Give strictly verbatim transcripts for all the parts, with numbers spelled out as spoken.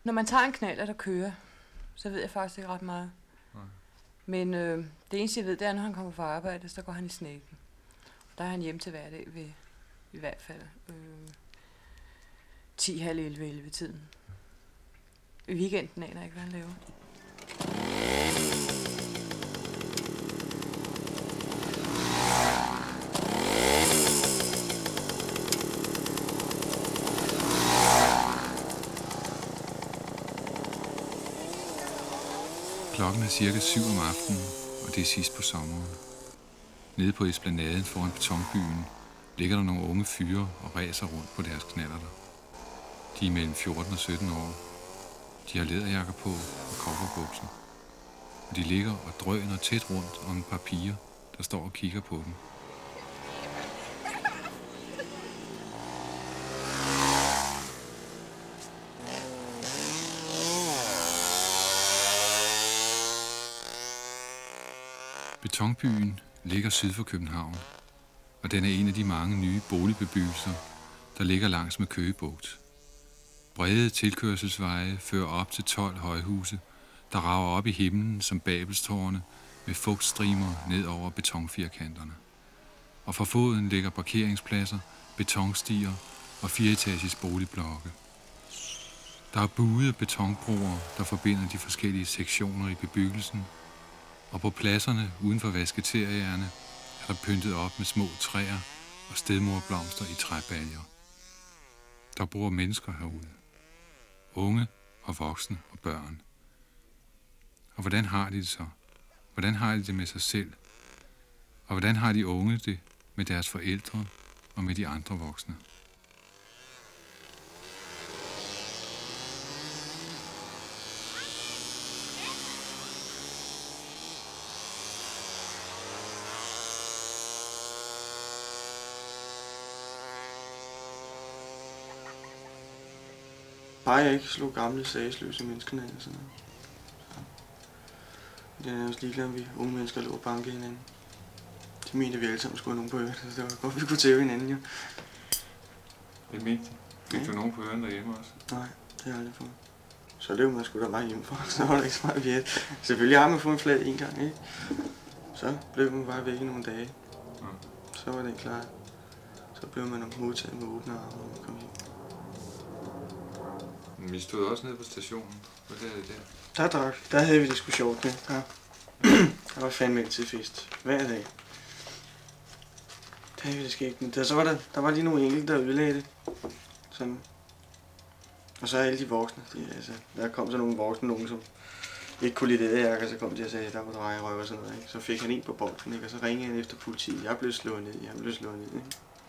Når man tager en knallert og kører, så ved jeg faktisk ikke ret meget. Nej. Men øh, det eneste, jeg ved, det er, når han kommer fra arbejde, så går han i Snækken. Der er han hjemme til hverdag ved i hvert fald øh, ti, halv elleve, elleve tiden. I weekenden aner jeg ikke, hvad han laver. Klokken er cirka syv om aftenen, og det er sidst på sommeren. Nede på esplanaden foran betonbyen ligger der nogle unge fyre og ræser rundt på deres knallerter. De er mellem fjorten og sytten år. De har læderjakker på og cowboybukser. Og de ligger og drøner tæt rundt om et par piger, der står og kigger på dem. Betonbyen ligger syd for København, og den er en af de mange nye boligbebyggelser, der ligger langs med Køge Bugt. Brede tilkørselsveje fører op til tolv højhuse, der rager op i himlen som babelstårne med fugtstrimer ned over betonfirkanterne. Og for foden ligger parkeringspladser, betonstier og fireetages boligblokke. Der er buede betonbroer, der forbinder de forskellige sektioner i bebyggelsen, og på pladserne uden for vasketerierne er der pyntet op med små træer og stedmorblomster i træbaljer. Der bor mennesker herude. Unge og voksne og børn. Og hvordan har de det så? Hvordan har de det med sig selv? Og hvordan har de unge det med deres forældre og med de andre voksne? Bare jeg ikke slog gamle, sagsløse mennesker ned og sådan noget. Det er nærmest ligeglad, om vi unge mennesker lå og banke hinanden. De mente, at vi alle sammen skulle have nogen på øret, så det var godt, vi kunne tæve hinanden, jo. Det mente de. Fik ja. du nogen på øren derhjemme også? Nej, det har jeg aldrig fået. Så løb man sgu da bare hjemmefra, så var der ikke så meget virket. Selvfølgelig har man fået en flad en gang, ikke? Så blev man bare væk i nogle dage. Ja. Så var det klart. Så blev man modtaget med åbne arme, når man kom hjem. Men vi stod også nede på stationen. Hvad er det der? Der drak. Der havde vi det sgu sjovt med. Ja. Der var fandme ikke til fest. Hver dag. Der havde vi det skægt. Men der, så var der, der var lige nogle enkelte, der ødelagde det. Sådan. Og så er alle de voksne. De, altså, der kom så nogle voksne, nogen som ikke kunne lide læderjakker, så kom de og sagde, der var drejerøv og sådan noget. Ikke? Så fik han en på bolden, ikke? Og så ringede han efter politiet. Jeg blev slået ned, jeg blev slået ned. Ikke? Mm.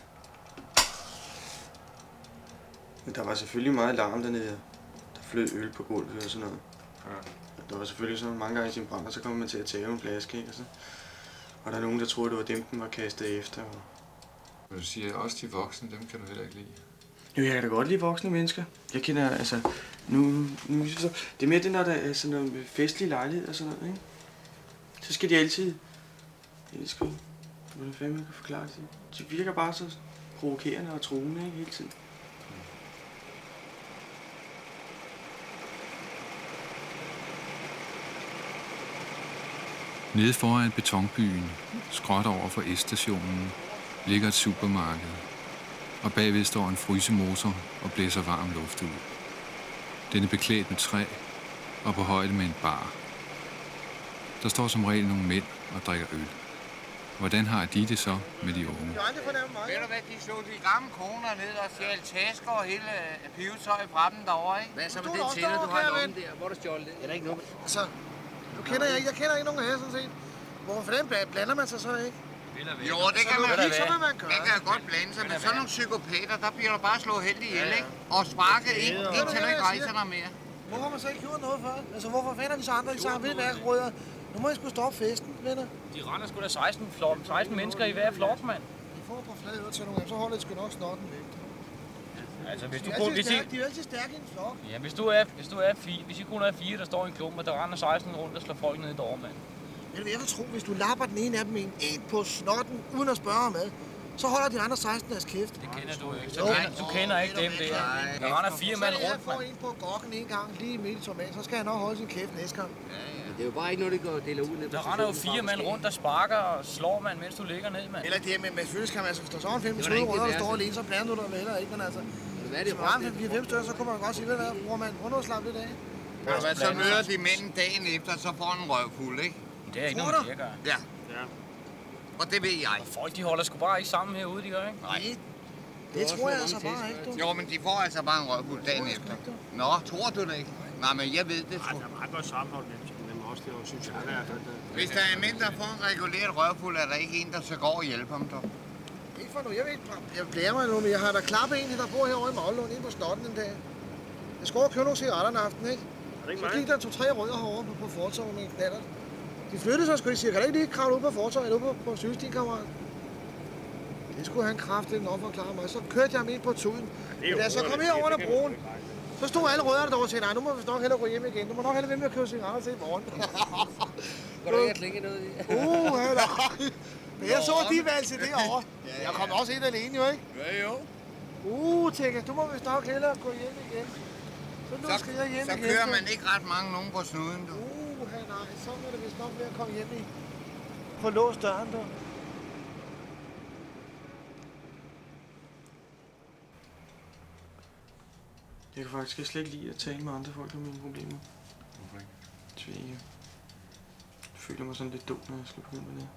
Men der var selvfølgelig meget larm dernede. Der flød øl på gulvet og sådan noget. Ja. Der var selvfølgelig sådan mange gange i sin brand, og så kom man til at tage en flaske, ikke? Og, så, og der er nogen, der troede, det var dem, den var kastet efter. Og... Men du siger, også de voksne, dem kan du heller ikke lide? Jo, jeg kan da godt lide voksne mennesker. Jeg kender, altså, nu, nu så, det er mere det, når der er sådan noget festlig lejlighed og sådan noget, ikke? Så skal de altid, jeg skal, hvordan fanden man kan forklare det. De virker bare så provokerende og truende, ikke, hele tiden. Nede foran betonbyen, skråt over for S-stationen, ligger et supermarked, og bagved står en frysemotor og blæser varm luft ud. Den er beklædt med træ og på højde med en bar. Der står som regel nogle mænd og drikker øl. Hvordan har de det så med de unge? Ved du hvad, de slog de gamle koner ned og stjal tasker og hele pivetøj fra dem derovre, ikke? Hvad så med den tænder, du har i lommen der? Hvor er der stjålet det? Er der ikke noget? Altså, nu kender jeg ikke, jeg kender ikke nogen af jer sådan set. Hvorfor for den blander man sig så ikke? Jo, det kan man, det, så man gøre. Det kan godt blande sig, men sådan nogle psykopater, der bliver der bare slået helt ihjel, ikke? Og sparket ind, indtil du ikke rejser dig mere. Hvorfor har man så ikke gjort noget for? Altså, hvorfor finder vi så andre ikke sammen? Ved I hvad, rødder? Nu må I sgu stoppe festen, venner. De render sgu da seksten, flok, seksten mennesker i hver flok, mand. De får på flade øvrigt til nogle af dem, så holder de sgu nok snotten væk. Altså, hvis de, du er kun, hvis stærke, de er jo altid stærke i en flok. Ja, hvis du er, hvis du er fire, hvis I kun er fire, der står i en klump, og der render seksten rundt og slår folk ned i dår, mand. Jeg vil tro, hvis du lapper den ene af dem en, en på snotten, uden at spørge om ad, så holder de andre seksten deres kæft. Det kender du ikke. Du kender, du kender ikke dem der. Der render fire mand rundt, Så jeg får en på gokken en gang, lige midt i tomat, så skal han nok holde sin kæft næste gang. Det er jo bare ikke noget, det går deler ud ned. Der render jo fire mand rundt, der sparker og slår mand, mens du ligger ned, mand. Eller det, men selvfølgelig skal man altså, hvis der så er en femogtyve rødder, der står alene, så blander du dig heller ikke, men altså... Hvad er det? Hvis man rammer fire fem stykker, så kunne man godt sige, hvad bruger man rundt og slappe lidt af. Ja, så møder de mænden dagen efter, så får han en røvfuld, ikke? Det er ikke noget, der gør. Ja. Og det ved jeg. Og folk, de holder sgu bare ikke sammen herude, de gør, ikke? Nej. Det tror jeg altså bare ikke, du. Jo, men de får altså bare en røvfuld dagen efter. Nå, tror du det ikke? Nej, men jeg ved det, Nej, der er meget godt sammenhold med dem også, det var, synes jeg, det er. Hvis der er mænd, der får en reguleret røvfuld, er der ikke en, der så går og hjælper ham, dog? Ikke for nu, jeg ved ikke, jeg blærer mig nu, men jeg har da klappet en, der bor herovre i Maglund, inde på Slotten en dag. Jeg skulle over og købe nogle cigaretter en aften, ikke? Så gik der to-tre rødder herovre på, på fortovet med en knaller. De flyttede sig sgu ikke, siger, kan du ikke lige kravle ud på fortovet, eller ud på, på cykelstien, kammerat? Det skulle han kraftigt nok forklare mig. Så kørte jeg ham ind på tuden. Men da jeg så kom herover under broen, så stod alle rødderne der og sagde, nej, nu må vi nok hellere gå hjem igen. Du må nok hellere ved med at købe cigaretter til i morgen. Går du ikke at klinge noget i? Uh, nej. Men jeg så de valgte derovre. Jeg kom også helt alene, jo ikke? Ja, jo. Uh, tænker du må vist nok hellere gå hjem igen. Så nu Så, skal jeg hjem så igen. kører man ikke ret mange nogen på snuden, du. Uh, nej, så må det vist nok ved at komme hjem i. Få låst døren, du. Jeg kan faktisk slet ikke lide at tale med andre folk om mine problemer. Hvorfor ikke? Så jeg, jeg føler mig sådan lidt dum, når jeg skal begynde med det.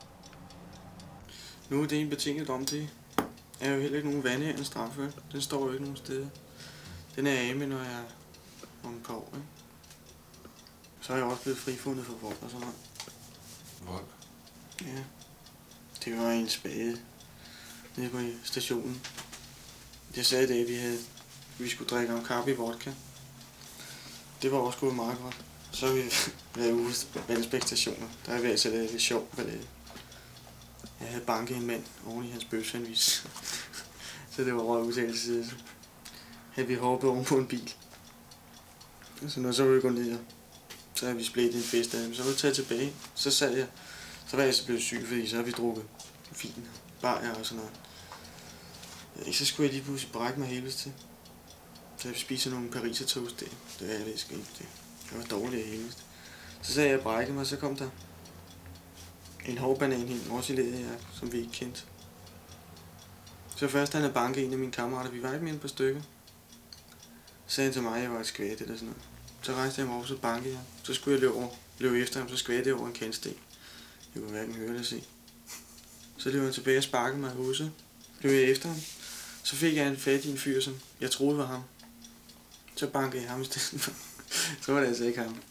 Nu er det en betinget om det. Er jo heller ikke nogen vandhæren straf, vel? Den står jo ikke nogen steder. Den er af med, når jeg er om et par år, ikke? Så er jeg også blevet frifundet for vold og sådan noget. Vold? Ja. Det var en spade nede på stationen. Jeg sagde det, at vi havde vi skulle drikke om kaffe i vodka. Det var også gået meget godt. Så har vi været ude på Valsbæk stationer. Der har vi altså lavet lidt sjov ballade. Jeg havde banket en mand oven i hans bøfsandvis. Så det var røg ud til alle sider. Så havde vi hoppet oven på en bil. Så når så var vi gået ned, så havde vi splittet en fest af dem. Så var vi taget tilbage. Så sad jeg. Så var jeg så blevet syg, fordi så har vi drukket vin, bajer og sådan noget. Så skulle jeg lige pludselig brække mig helvede til. Så jeg spiste nogle pariser toast der. Det var jeg lidt skidt. Det var dårligt af helvede. Så sagde jeg brække mig, så kom der en hård banan hen, også i læderjakke, som vi ikke kendte. Så først han havde banket en af mine kammerater, vi var ikke mere end på stykker. Så sagde han til mig, at jeg var et skvat eller sådan noget. Så rejste jeg mig over, så bankede jeg. Så skulle jeg løbe, over, løbe efter ham, så skvattede jeg over en kantsten. Jeg kunne hverken høre eller se. Så løb han tilbage og sparkede mig i huset. Løb jeg efter ham. Så fik jeg en fat i en fyr, som jeg troede var ham. Så bankede jeg ham i stedet for. Så var det altså ikke ham.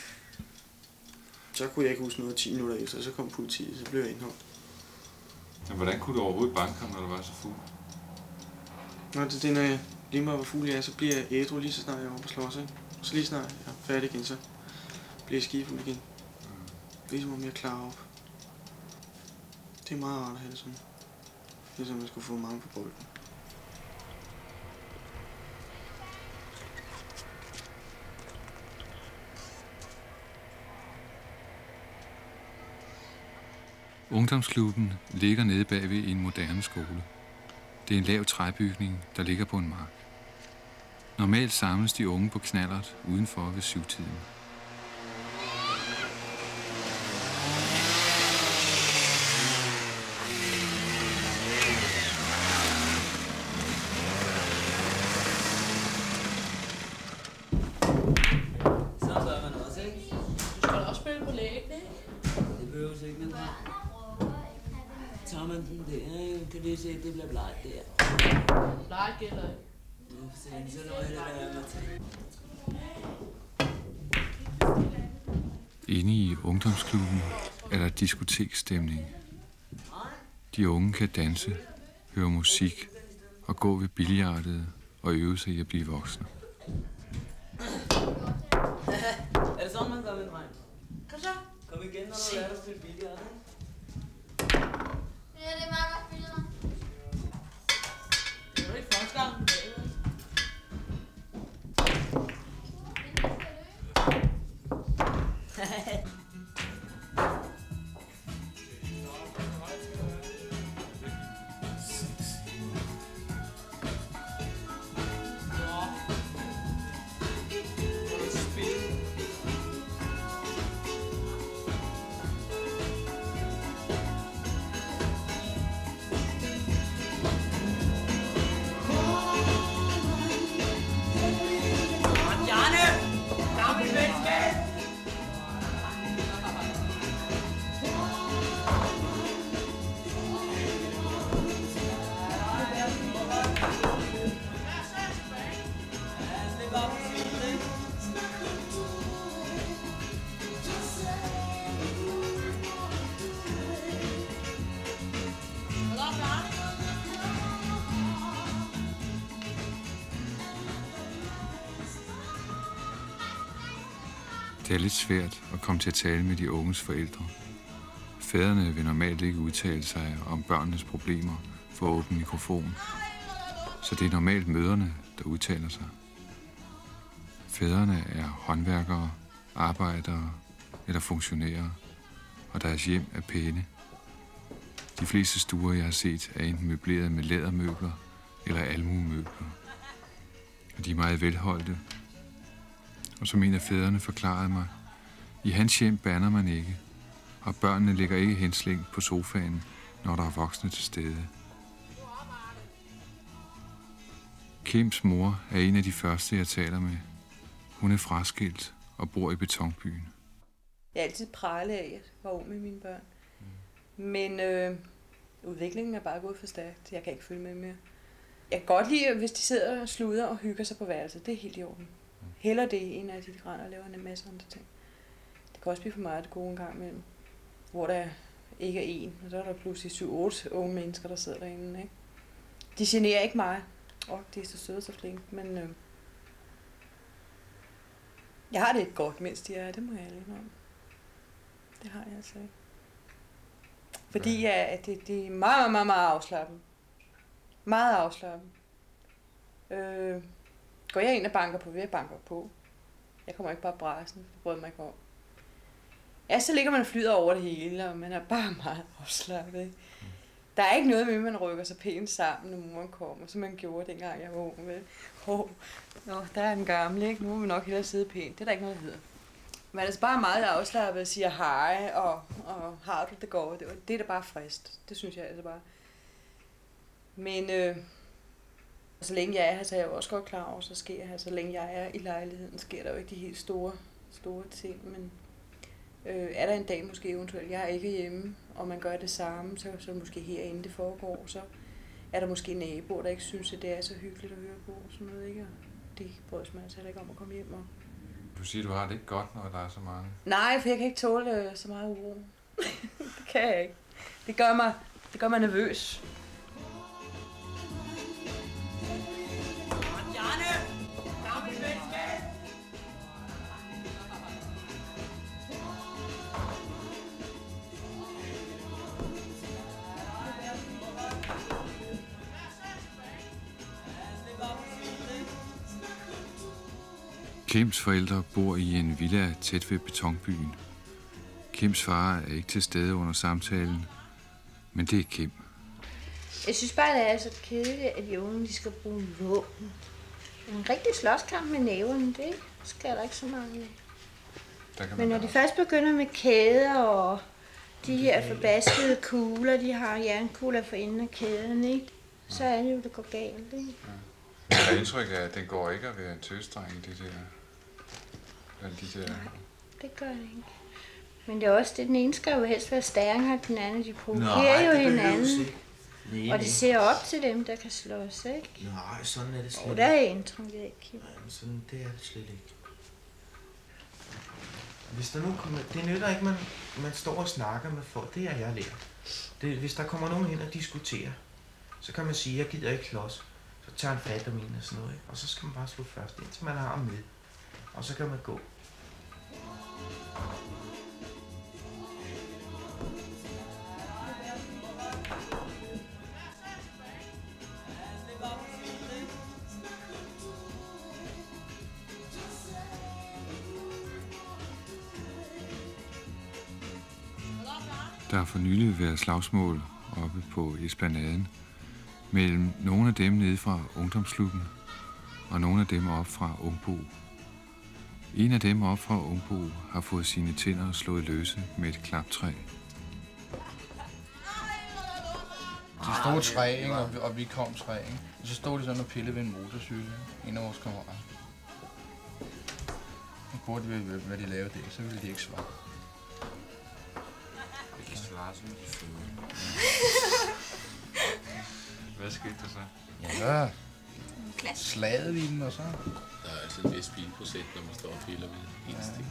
Så kunne jeg ikke huske noget ti minutter efter, så kom politiet, så blev jeg indholdt. Men hvordan kunne du overhovedet banke ham, når du var så fuld? Nå, det er det, når jeg lige meget hvor fuld jeg er, så bliver jeg ædru lige så snart jeg er oppe og slås, ikke? Så lige snart jeg er færdig igen, så bliver jeg skifuld igen. Ligesom om jeg klarer op. Det er meget rart at have det sådan. Det er som, jeg skulle få mange på bolden. Ungdomsklubben ligger nede bagved en moderne skole. Det er en lav træbygning, der ligger på en mark. Normalt samles de unge på knallert udenfor ved syvtiden. Så gør man også, ikke? Du skal også spille på lægen, ikke? Det behøves ikke, men tager man den der, ikke? Kan du se, det bliver bleget der. Nej, gælder ikke. Så er det heller være med til. Inde i ungdomsklubben er der diskotekstemning. De unge kan danse, høre musik og gå ved billiardet og øve sig i at blive voksne. Er det sådan, man gør, min dreng? Kom så. Kom igen, når du lærer at spille billiard, ikke? Ja, det er meget godt billeder. Det er jo ikke første gang. Det er lidt svært at komme til at tale med de unges forældre. Fædrene vil normalt ikke udtale sig om børnenes problemer for åben mikrofon, så det er normalt mødrene, der udtaler sig. Fædrene er håndværkere, arbejdere eller funktionærer, og deres hjem er pæne. De fleste stuer, jeg har set, er enten møbleret med lædermøbler eller almuemøbler. Og de er meget velholdte. Og som en af fædrene forklarede mig, i hans hjem bander man ikke, og børnene ligger ikke henslængt på sofaen, når der er voksne til stede. Kims mor er en af de første, jeg taler med. Hun er fraskilt og bor i betonbyen. Jeg er altid prale af, at jeg var ung med mine børn. Men øh, udviklingen er bare gået for stærkt. Jeg kan ikke følge med mere. Jeg kan godt lide, hvis de sidder og sluder og hygger sig på værelset. Det er helt i orden. Heller det, en af de render og laver en masse andre ting. Det kan også blive for meget det gode en gang imellem. Hvor der ikke er en, og så er der pludselig syv otte unge mennesker, der sidder derinde. Ikke? De generer ikke mig. Åh, oh, de er så søde så flinke, men øh, jeg har det ikke godt, mens de er, det må jeg alene om. Det har jeg altså ikke. Fordi ja, at det, det er meget, meget, meget afslappet. Meget afslappet. Øh, går jeg ind og banker på, vil jeg banker på. Jeg kommer ikke bare bræsen, det bryder mig ikke om. Ja, så ligger man og flyder over det hele, og man er bare meget afslappet. Ikke? Der er ikke noget med, at man rykker sig pænt sammen, når moren kommer, som man gjorde, dengang jeg var ung. Oh, nå, der er en gammel, ikke? Nu må vi nok hellere sidde pænt. Det er der ikke noget, der hedder. Man er altså bare meget afslappet og siger hej, og, og har du det godt. Det, det er da bare frist. Det synes jeg altså bare. Men øh, så længe jeg er her, så er jeg jo også godt klar over, så sker her. Så længe jeg er i lejligheden, sker der jo ikke de helt store, store ting. Men øh, er der en dag måske eventuelt, jeg er ikke hjemme, og man gør det samme, så, så måske herinde det foregår, så er der måske naboer, der ikke synes, at det er så hyggeligt at høre på. Sådan noget, ikke? Og det bryder mig altså heller ikke om at komme hjem og... Du siger, du har det ikke godt, når der er så mange. Nej, for jeg kan ikke tåle øh, så meget uro. Det kan jeg ikke. Det gør mig, det gør mig nervøs. Kims forældre bor i en villa tæt ved betonbyen. Kims far er ikke til stede under samtalen, men det er Kim. Jeg synes bare, det er så kedeligt, at de unge de skal bruge våben. En rigtig slåskamp med næverne, det skal der ikke så meget af. Men når de først begynder med kæder og de her forbaskede kugler, de har jernkugler for enden af kæden, ikke? Så er det jo, det går galt, ikke? Jeg har indtryk af, at den går ikke at være en tøsdreng i det der. De der... Nej, det gør det ikke. Men det er også det, den ene skal jo helst være stærkere, den anden, de provokerer jo hinanden. Nej, og de ser op til dem, der kan slås, ikke? Nej, sådan er det slet ikke. Og der er indtryk af, Kim. Nej, men sådan, det er det slet ikke. Hvis der nu kommer... Det nytter ikke, man, man står og snakker med folk. Det er jeg lært. Det, hvis der kommer nogen ind og diskuterer, så kan man sige, jeg gider ikke slås. Så tager han fat om en og sådan noget, ikke? Og så skal man bare slå først ind, til man har ham med. Og så kan man gå. Der har for nylig været slagsmål oppe på Esplanaden mellem nogle af dem nede fra ungdomsklubben og nogle af dem op fra Ungbo. En af dem op fra Ungbo har fået sine tænder slået løse med et klaptræ. De stod træ, ikke? Og, vi, og vi kom træ, ikke? Og så stod de sådan og pillede ved en motorcykel, en af vores kammerater. Og spurgte de, hvad de lavede der, så ville de ikke svare. De svarer som de føler. Hvad skete der så? Ja, så slagede vi dem, og så... Der er altså en vis bilprocent, når man står og piller ved ens ting.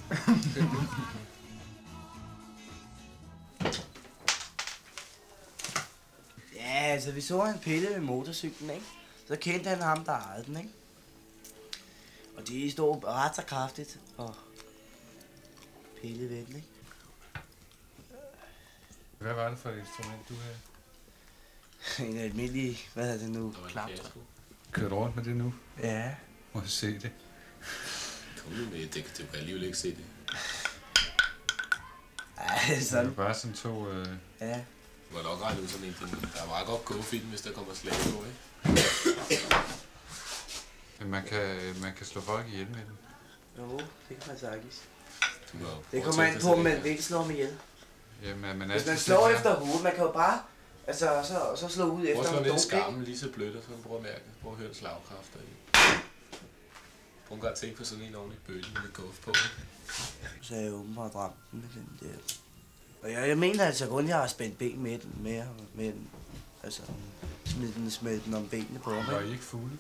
Ja, altså vi så han pille ved motorcyklen, ikke? Så kendte han ham, der ejede den, ikke? Og de stod ret så kraftigt, og pillet ved den, ikke? Hvad var det for et instrument, du havde? En almindelig, hvad hedder det nu? Klaptræ. Kører du rundt med det nu? Ja. Må jeg se det? Kom nu med, det, det kan alligevel ikke se det. Ej, sådan. Det er bare sådan to... Øh... Ja. Du var nok regnet ud som en, der er meget godt gåfilm, hvis der kommer slag på, ikke? Men man kan, man kan slå folk ihjel med den. Jo, det kan man sagtens. Du må Det kommer an på, om man vil slå ham ihjel. Jamen, man Hvis man slår efter hovedet, man kan jo bare... Altså, så, så slå ud efter ham. Prøv at slå lidt dog, skammen lige så blødt, og så prøv at mærke. Prøv at høre slagkræfter i. Prøv at godt tænke på sådan en ordentlig bølle med lidt guf på. Så er jeg åbenbart ramt med den der. Og jeg, jeg mener altså kun, jeg har spændt ben med den, med, med den. Altså, smidt den, smidt den om benene på mig. Var I ikke fugle?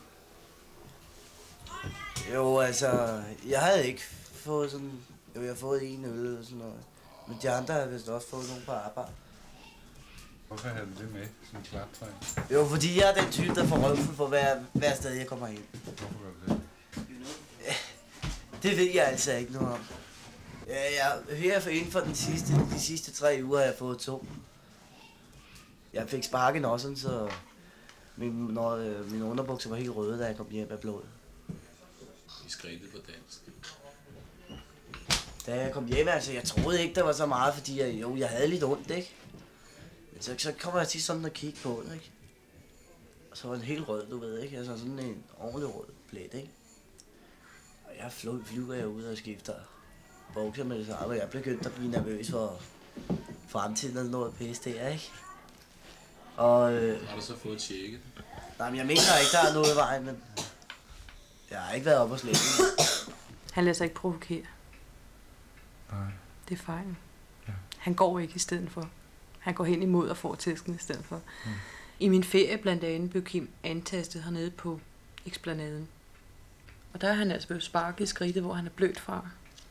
Jo, altså, jeg havde ikke fået sådan... Jo, jeg har fået en øl eller sådan noget. Men de andre havde vist også fået nogen på arbejde. Hvorfor havde du det med, sådan en klaptræ? Jo, fordi jeg er den type, der får røvfuld for hver, hver sted, jeg kommer ind. Hvorfor gør du det? Det ved jeg altså ikke noget om. Ja, jeg, her for inden for den sidste, de sidste tre uger har jeg fået to. Jeg fik sparken også, så min, når, øh, mine underbukser var helt røde, da jeg kom hjem af blodet. I skridtet på dansk. Da jeg kom hjem, altså, jeg troede ikke, der var så meget, fordi jeg, jo, jeg havde lidt ondt, ikke? Men så, så kommer jeg til sådan og kigge på det, ikke? Og så var den helt rød, du ved, ikke? Altså sådan en ordentlig rød plet, ikke? Og jeg fly, flyver jeg ud og skifter bukser med det samme, og jeg begyndte at blive nervøs for fremtiden og noget pis der, ikke? Og... Øh, har du så fået tjekket? Nej, men jeg mener ikke, der er noget i vejen, men... Jeg har ikke været oppe og slæbe. Han lader sig ikke provokere. Nej. Det er fejl. Ja. Han går ikke i stedet for. Han går hen imod og får tæsken i stedet for. Mm. I min ferie blandt andet blev Kim antastet hernede på Eksplanaden. Og der er han altså blevet sparket i skridtet, hvor han er blødt fra.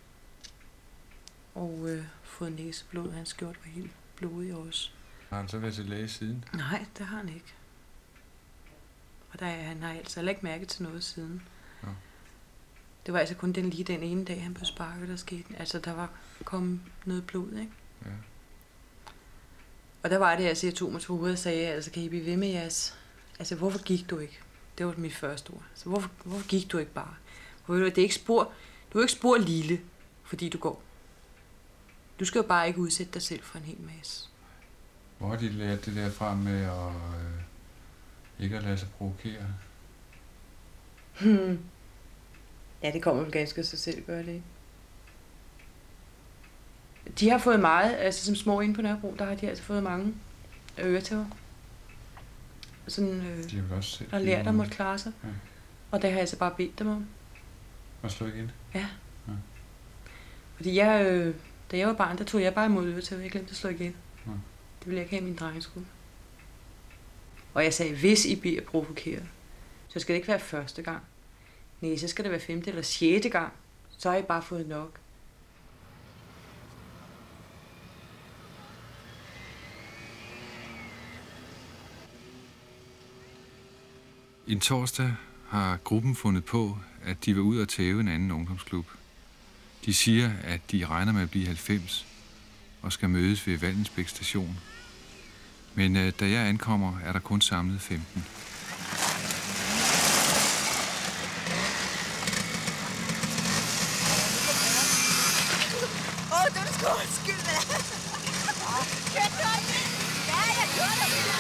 Og øh, fået næseblod. Hans skjort var helt blodig også. Har han så været til læge siden? Nej, det har han ikke. Og der, han har altså heller ikke mærket til noget siden. Ja. Det var altså kun den lige den ene dag, han blev sparket, der skete. Altså, der var kommet noget blod, ikke? Ja. Og der var det, altså, jeg tog mig til hovedet og sagde, altså, kan I blive ved med jeres... Altså, hvorfor gik du ikke? Det var mit første ord. Så hvorfor, hvorfor gik du ikke bare? For det er ikke spor, du er ikke spor lille, fordi du går. Du skal jo bare ikke udsætte dig selv for en hel masse. Hvor har de lært det der frem med at øh, ikke at lade sig provokere? Hmm. Ja, det kommer vel ganske sig selv, gør det ikke? De har fået meget, altså som små inde på Nørrebro, der har de altså fået mange øretæver. Sådan, øh, de har også selv der lært dem at klare sig. Ja. Og det har jeg altså bare bedt dem om. Og slå igen? Ja. Ja. Fordi jeg, øh, da jeg var barn, der tog jeg bare imod øretæver. Jeg glemte at slå igen. Ja. Det ville jeg ikke have i min drengeskole. Og jeg sagde, hvis I bliver provokeret, så skal det ikke være første gang. Nej, så skal det være femte eller sjette gang. Så har I bare fået nok. En torsdag har gruppen fundet på, at de vil ud og tæve en anden ungdomsklub. De siger, at de regner med at blive halvfems og skal mødes ved Vallensbæk station. Men øh, da jeg ankommer, er der kun samlet femten. Åh, oh, det er sgu undskyld, hvad? Kørte du ikke? Ja, jeg kørte dig.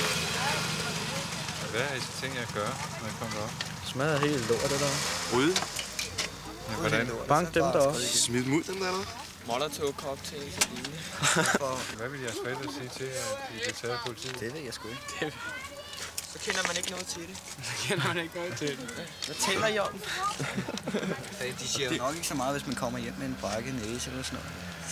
Hvad er I så tænkt jer at gøre, når I kommer op? Smadrer helt lort, det der. Rydde? Ja, hvordan? Bank dem der også. Smid dem ud, dem der, eller? Molotov cocktails og lignende. Hvad vil jeres forældre sige til, at I bliver taget af politiet? Det ved jeg sgu ikke. Det... Så kender man ikke noget til det. Så kender man ikke noget til det. Hvad taler I om? De siger jo nok ikke så meget, hvis man kommer hjem med en brækket næse eller sådan noget.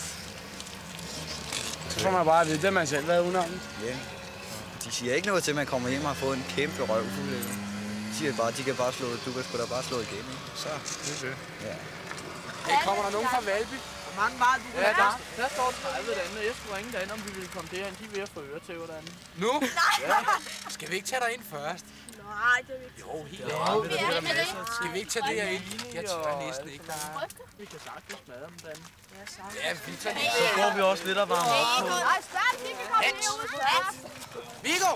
Så får man bare at vide, det man selv været udenom. Ja. De siger ikke noget til, at man kommer hjem og har fået en kæmpe røvfuld. De siger bare, de kan bare slå, du kan sgu da bare slå igen, ikke? Så. Det er det. Ja. Hey, kommer der nogen fra Valby? Hvor mange var du? Ja, der, der står tredive derinde, og jeg skulle ringe derinde, om vi ville komme derhen. De er ved at få øretæver derinde. Nu? Ja. Skal vi ikke tage dig ind først? Nej, det er ikke. Jo, helt Jo, ærligt. vi er med det. Skal vi ikke tage det her ind? Jeg tør næsten ikke. Vi kan sagtens smadre dem derinde. Ja, vi tager det. Så går vi også lidt og varmer op på. Nej, spørg, de kan komme lige ud. Spørg. Viggo!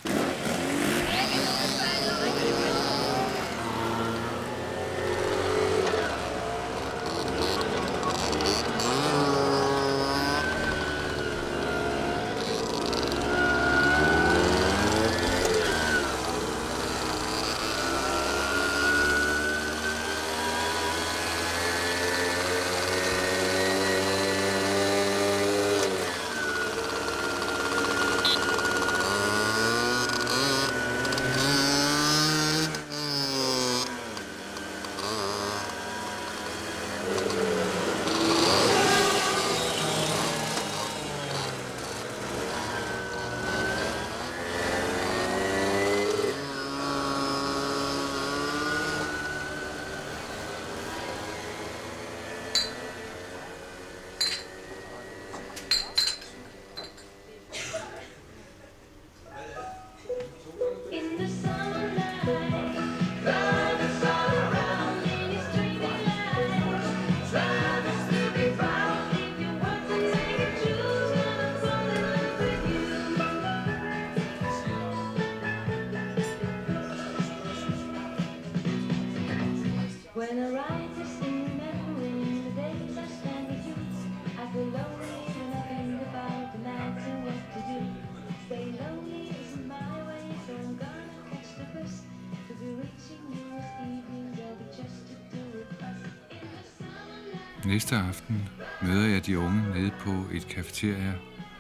Næste aften møder jeg de unge nede på et cafeteria,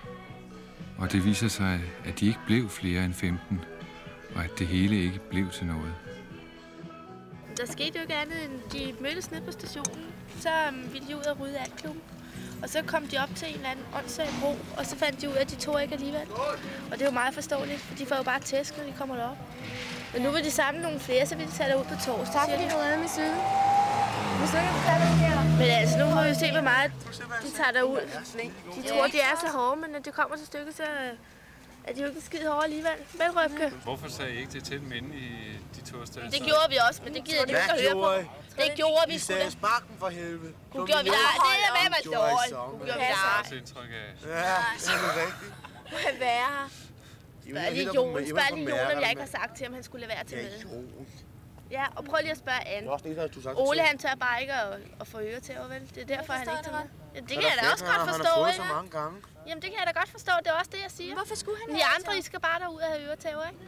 og det viser sig, at de ikke blev flere end femten, og at det hele ikke blev til noget. Der skete jo ikke andet, end de mødtes nede på stationen. Så um, ville de ud og rydde af klubben. Og så kom de op til en eller anden åndssvag bro, og så fandt de ud af, at de tog ikke alligevel. Og det er jo meget forståeligt, for de får jo bare tæsk, når de kommer derop. Men nu vil de samle nogle flere, så vil de tage derud på torsdag. Tak fordi du redder med siden. Men altså, nu må vi jo se, hvor meget de tager derud. De tror, de er så hårde, men når det kommer til stykket, så er de jo ikke skide hårde alligevel. Vel, Røbke? Hvorfor sagde I ikke det til dem inde i de torsdager? Det gjorde vi også, men det gider de ikke at høre på. Det gjorde vi sgu da. I sagde sparken for helvede. Hun gjorde vi da. Det er hvad man dårligt. Hun gjorde vi da. Det er indtryk af. Ja, det er rigtigt. Må jeg være her? Spørg lige Jon. Spørg lige Jon, om jeg ikke har sagt til ham, han skulle lade være til med. Ja, og prøv lige at spørge Anne. Ole, han tør bare ikke at, at få øre til, vel? Det er derfor, han ikke tager med. Ja, det kan jeg da også godt forstå, ikke? ikke? Så mange gange. Jamen, det kan jeg da godt forstå. Det er også det, jeg siger. Hvorfor skulle han have de andre, I skal bare derud og have øretæver, ikke?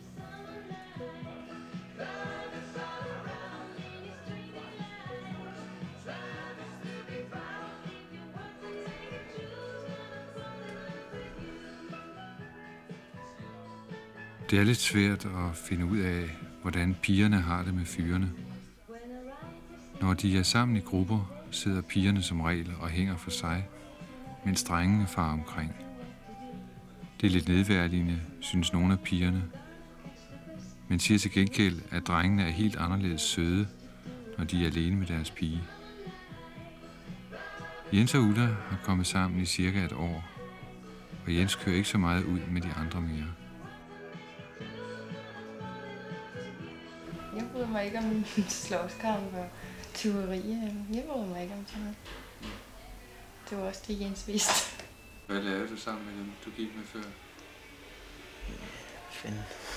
Det er lidt svært at finde ud af, hvordan pigerne har det med fyrene. Når de er sammen i grupper, sidder pigerne som regel og hænger for sig, mens drengene farer omkring. Det er lidt nedværdigende, synes nogle af pigerne, men siger til gengæld, at drengene er helt anderledes søde, når de er alene med deres pige. Jens og Ulla har kommet sammen i cirka et år, og Jens kører ikke så meget ud med de andre mere. Jeg bryder mig ikke om slåskamp og tyverier. Jeg bryder mig ikke om sådan noget. Det var også det, Jens vidste. Hvad lavede du sammen med dem, du gik med før? Fanden.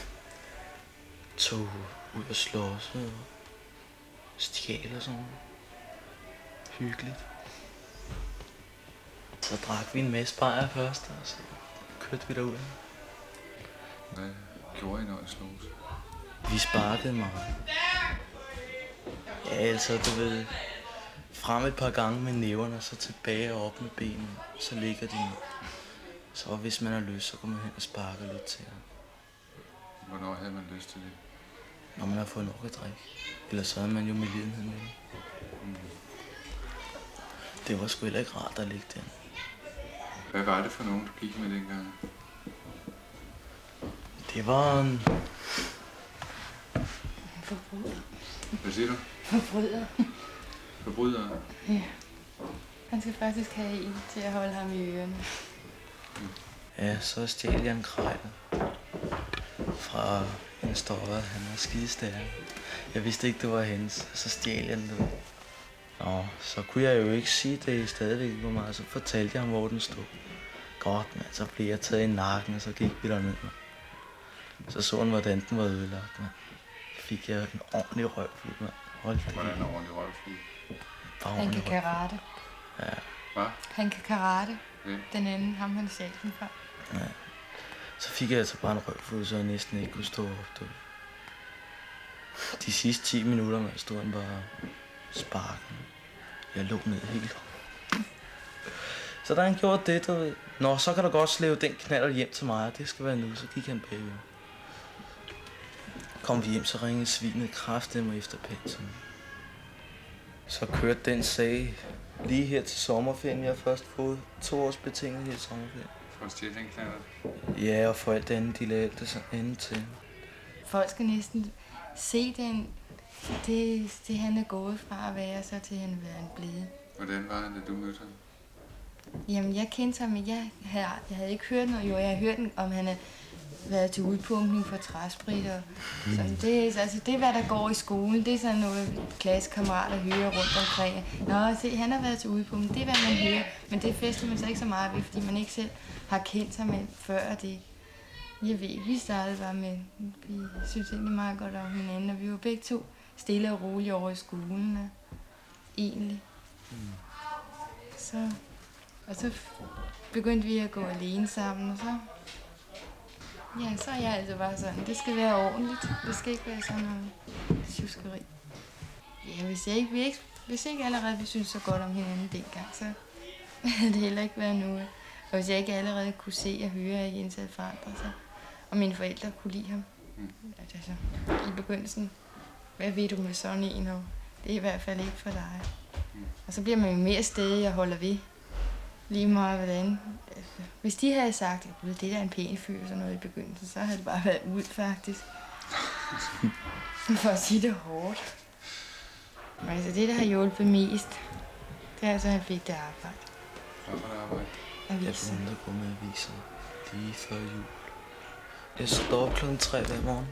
Tog ud og slås og stjæle og sådan noget. Hyggeligt. Så drak vi en masse bajer først, og så kørte vi derud. Hvad gjorde I, når I slås? Vi sparkede meget. Ja, altså, du ved, frem et par gange med næverne, så tilbage og op med benene, så ligger de. Så hvis man har lyst, så går man hen og sparker lidt til ham. Hvornår havde man lyst til det? Når man har fået nok at drikke. Ellers så havde man jo med lidenhed med det. Mm. Det var sgu heller ikke rart at ligge der. Hvad var det for nogen, du gik med dengang? Det var en... Forbryder. Hvad siger du? Forbryder. Forbrydere? Ja. Han skal faktisk have en til at holde ham i ørerne. Ja, så stjal jeg en krejler fra en stopper. Han var skidestærk. Jeg vidste ikke, det var hendes. Så stjal jeg den. Du. Nå, så kunne jeg jo ikke sige det stadigvæk på mig. Så fortalte jeg ham, hvor den stod. Godt, mand. Så blev jeg taget i nakken, og så gik vi derned. Man. Så så han, hvordan den var ødelagt. Man. Fik jeg en ordentlig røvfuld, mand. Hold da. Hvordan en ordentlig røvfuld? Han kan karate. Ja. Hvad? Han kan karate. Hvem? Den anden, ham han stjal den fra. Ja. Så fik jeg altså bare en røvfuld, så jeg næsten ikke kunne stå op. Du. De sidste ti minutter, man stod han bare sparken. Jeg lå ned helt. Så da han gjorde det, du ved, nå, så kan du godt slæve den knaller hjem til mig, og det skal være nu. Så gik han bagud. Kom vi hjem, så ringede svinet kraftedeme efter pensum. Så kørte den sag lige her til sommerferien. Jeg har først fået to års betinget her i sommerferien. For at stjæle den knaller? Ja, og for alt andet, de lavede det andet til. Folk skal næsten se den, det, det han er gået fra at være, så til han er været en blide. Hvordan var han, da du mødte ham? Jamen, jeg kendte ham, men jeg havde, jeg havde ikke hørt noget. Jo, jeg havde hørt, om han havde været til udpumpning for træsprit. Og sådan. Det, altså, det er, hvad der går i skolen. Det er sådan noget, klassekammerater hører rundt omkring. Nå, se, han har været til udpumpning. Det er, hvad man hører. Men det fester man så ikke så meget ved, fordi man ikke selv har kendt ham før det. Jeg ved, vi startede bare med, vi synes egentlig meget godt om hinanden, og vi var begge to stille og rolige over i skolen. Og egentlig. Mm. Så... Og så begyndte vi at gå alene sammen, og så... Ja, så er jeg altså bare sådan, det skal være ordentligt. Det skal ikke være sådan noget tjuskeri. Ja, hvis jeg ikke, vi ikke, hvis ikke allerede vi synes så godt om hinanden dengang, så havde det heller ikke været noget. Og hvis jeg ikke allerede kunne se og høre, at Jens havde forandret sig, og mine forældre kunne lide ham. Mm. Altså, i begyndelsen, hvad ved du med sådan en, og det er i hvert fald ikke for dig. Mm. Og så bliver man jo mere stedig og holder ved. Lige meget hvordan. Hvis de havde sagt, at det der er en pæn fyr og sådan noget i begyndelsen, så havde det bare været ud, faktisk. For at sige det hårdt. Men altså det, der har hjulpet mest, det er altså, at han fik det arbejde. Hvad var det arbejde? Avisen. Jeg begyndte at gå med aviser lige før jul. Jeg står op klokken tre hver morgen.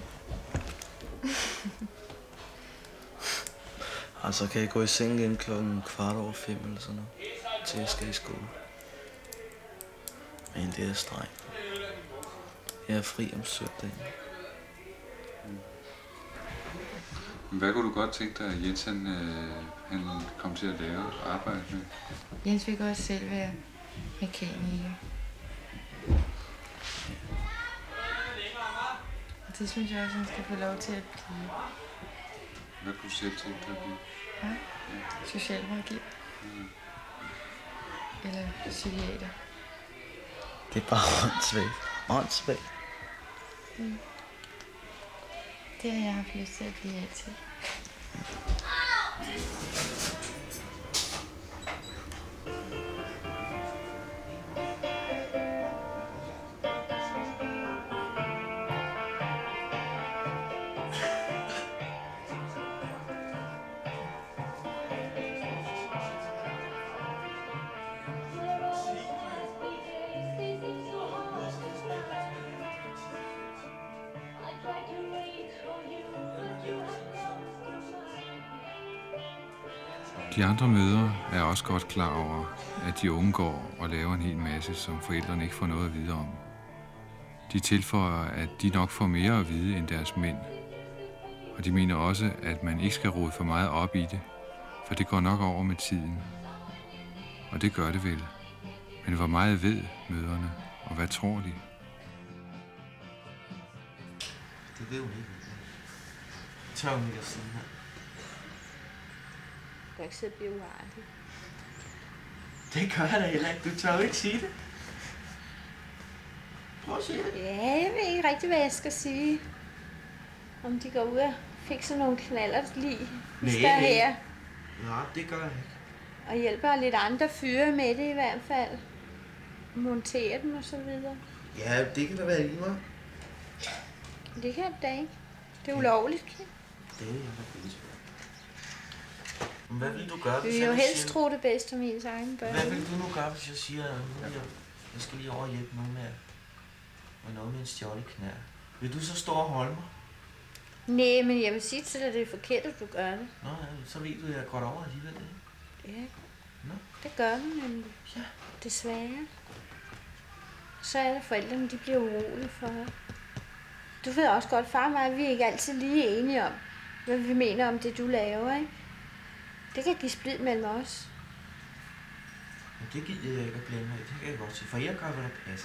Altså kan jeg gå i seng igen klokken kvart over fem eller sådan noget, til jeg skal i skole. Men det er strengt. Jeg er fri om søndagen. Mm. Hvad kunne du godt tænke dig, at Jens han, øh, han kom til at lave arbejde med? Jens vil godt selv være mekaniker. Og det synes jeg også, han skal få lov til at blive. Hvad kunne du selv tænke dig at blive? Ja, socialrådgiver. Mm. Eller psykiater. Det er bare åndssvagt. Åndssvagt. Mm. Det har jeg haft lyst til at blive altid. De andre mødre er også godt klar over, at de unge går og laver en hel masse, som forældrene ikke får noget at vide om. De tilføjer, at de nok får mere at vide end deres mænd. Og de mener også, at man ikke skal rode for meget op i det, for det går nok over med tiden. Og det gør det vel. Men hvor meget ved mødrene, og hvad tror de? Det ved hun ikke. Tør hun ikke at sige her. Du kan ikke sidde og blive uartig. Det gør jeg da heller ikke. Du tør jo ikke sige det. Prøv at sige det. Ja, jeg ved ikke rigtig, hvad jeg skal sige. Om de går ud og fikser nogle knaller lige. Vi skal her. Nej, det gør jeg ikke. Og hjælper lidt andre fyre med det i hvert fald. Montere dem og så videre. Ja, det kan da være lige meget. Det kan det da ikke. Det er ulovligt. Det er jeg da Hvad vil du gøre, Vi hvis vil jo jeg helst siger... tro det bedste om ens egne børn. Hvad vil du nu gøre, hvis jeg siger, at nu jeg, jeg skal lige over og hjælpe nogen med, med noget med en stjålet knald? Vil du så stå og holde mig? Nej, men jeg vil sige til dig, at det er forkert, at du gør det. Nå, ja, så ved du, at jeg går over alligevel. Ja, Nå. det gør du nemlig. Ja. Desværre. Så er det forældrene, de bliver urolige for dig. Du ved også godt, far og mig, vi er ikke altid lige enige om, hvad vi mener om det, du laver, ikke? Det kan give splid mellem os. Men det gider jeg ikke at blande mig i, det kan jeg godt sige, for jeg gør, hvad der passer.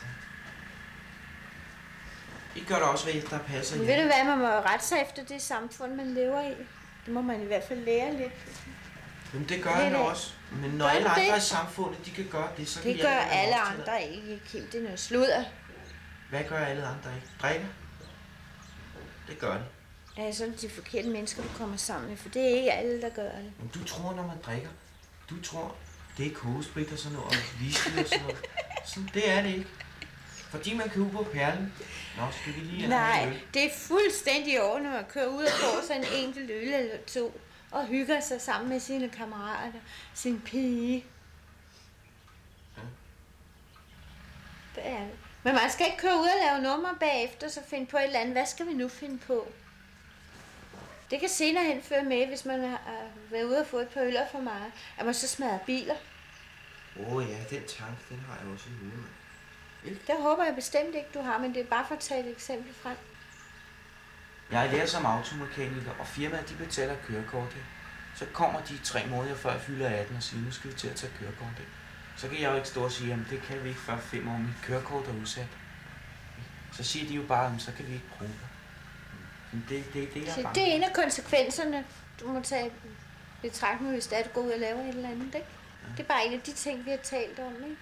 I gør det også, hvad der passer. Men ved du hvad, man må jo rette sig efter det samfund, man lever i. Det må man i hvert fald lære lidt. Jamen det gør jeg da også. Men når Gør alle du det? andre i samfundet, de kan gøre det, så kan Det jeg gør ikke have alle lov til andre ikke, Kim. Det er noget sludder. Hvad gør alle andre ikke? Drikker? Det gør de. Det er sådan de forkerte mennesker, du kommer sammen med, for det er ikke alle, der gør det. Men du tror, når man drikker, du tror, det er kogesprit og sådan noget, og whisky og sådan noget. Sådan, det er det ikke. Fordi man køber på perlen. Nå, skal vi lige have Nej, en øl? det er fuldstændig over, når man kører ud og får sig en enkelt øl eller to, og hygger sig sammen med sine kammerater, sin pige. Ja. Det er det. Men man skal ikke køre ud og lave nummer bagefter, så finde på et eller andet. Hvad skal vi nu finde på? Det kan senere hen føre med, hvis man har været ude og få et par øller for meget, at man så smadrer biler. Åh oh, ja, den tanke, den har jeg også i hovedet. Det håber jeg bestemt ikke, du har, men det er bare for at tage et eksempel frem. Jeg er lærer som automekaniker, og firmaet de betaler kørekort her. Så kommer de tre måneder før jeg fylder atten og siger, nu skal vi til at tage kørekort her. Så kan jeg jo ikke stå og sige, at det kan vi ikke før fem år, mit kørekort er udsat. Så siger de jo bare, at så kan vi ikke bruge det. Men det, det, det er jeg Så bange. det er en af konsekvenserne, du må tage i betragtning, hvis det er, at du går ud og laver et eller andet, ikke? Det er bare en af de ting, vi har talt om, ikke?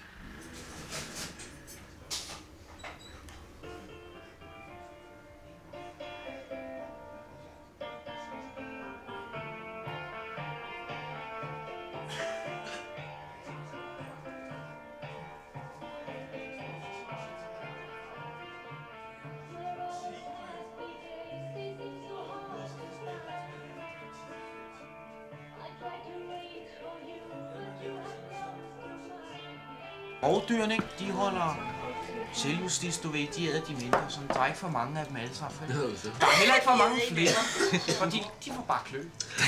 Rovdyrene, de holder selvjustis, du ved, de æder de mindre, så der er ikke for mange af dem alle sammen. Der er heller ikke for mange flere, fordi de får bare klø.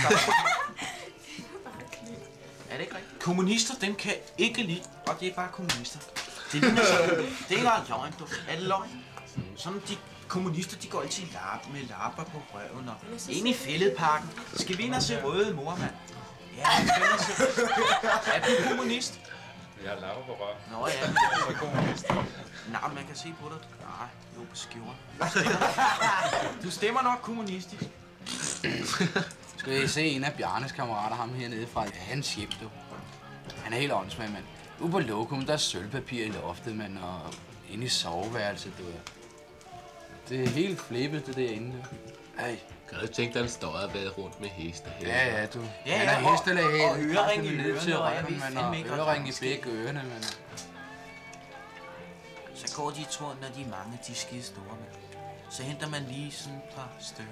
Er det ikke rigtigt? Kommunister, dem kan ikke lide, og det er bare kommunister. Det ligner sådan, det er løgn, du. Er det løgn? Sådan de kommunister, de går altid i lap med lapper på røven og ind i fælledparken. Skal vi ind og se Røde Mor, mand? Ja, vi skal ind og se. Er du kommunist? Jeg har lapper på røven. Nå ja, men så er kommunist. Nej, man kan se på dig. Nej, jo på skjorten. Du stemmer nok kommunistisk. Skal I se en af Bjarnes kammerater, ham hernede fra hans hjem, du. Han er helt åndssvag, mand. Ude på lokum, der er sølvpapir i loftet, mand, og inde i soveværelset, du. Det er helt flippet, det derinde, du. Ej. Kan du ikke tænke dig, at han står og været rundt med heste her? Ja, ja, du. Ja, han er ja, hestelæge. og- og ørering i ned ørerne, til og jeg røven, ved mand, fandme og ikke, hvad ørering i der begge ørerne, mand. Så går de i tror, når de er mange, de er skide store, mand. Så henter man lige sådan et par stykker.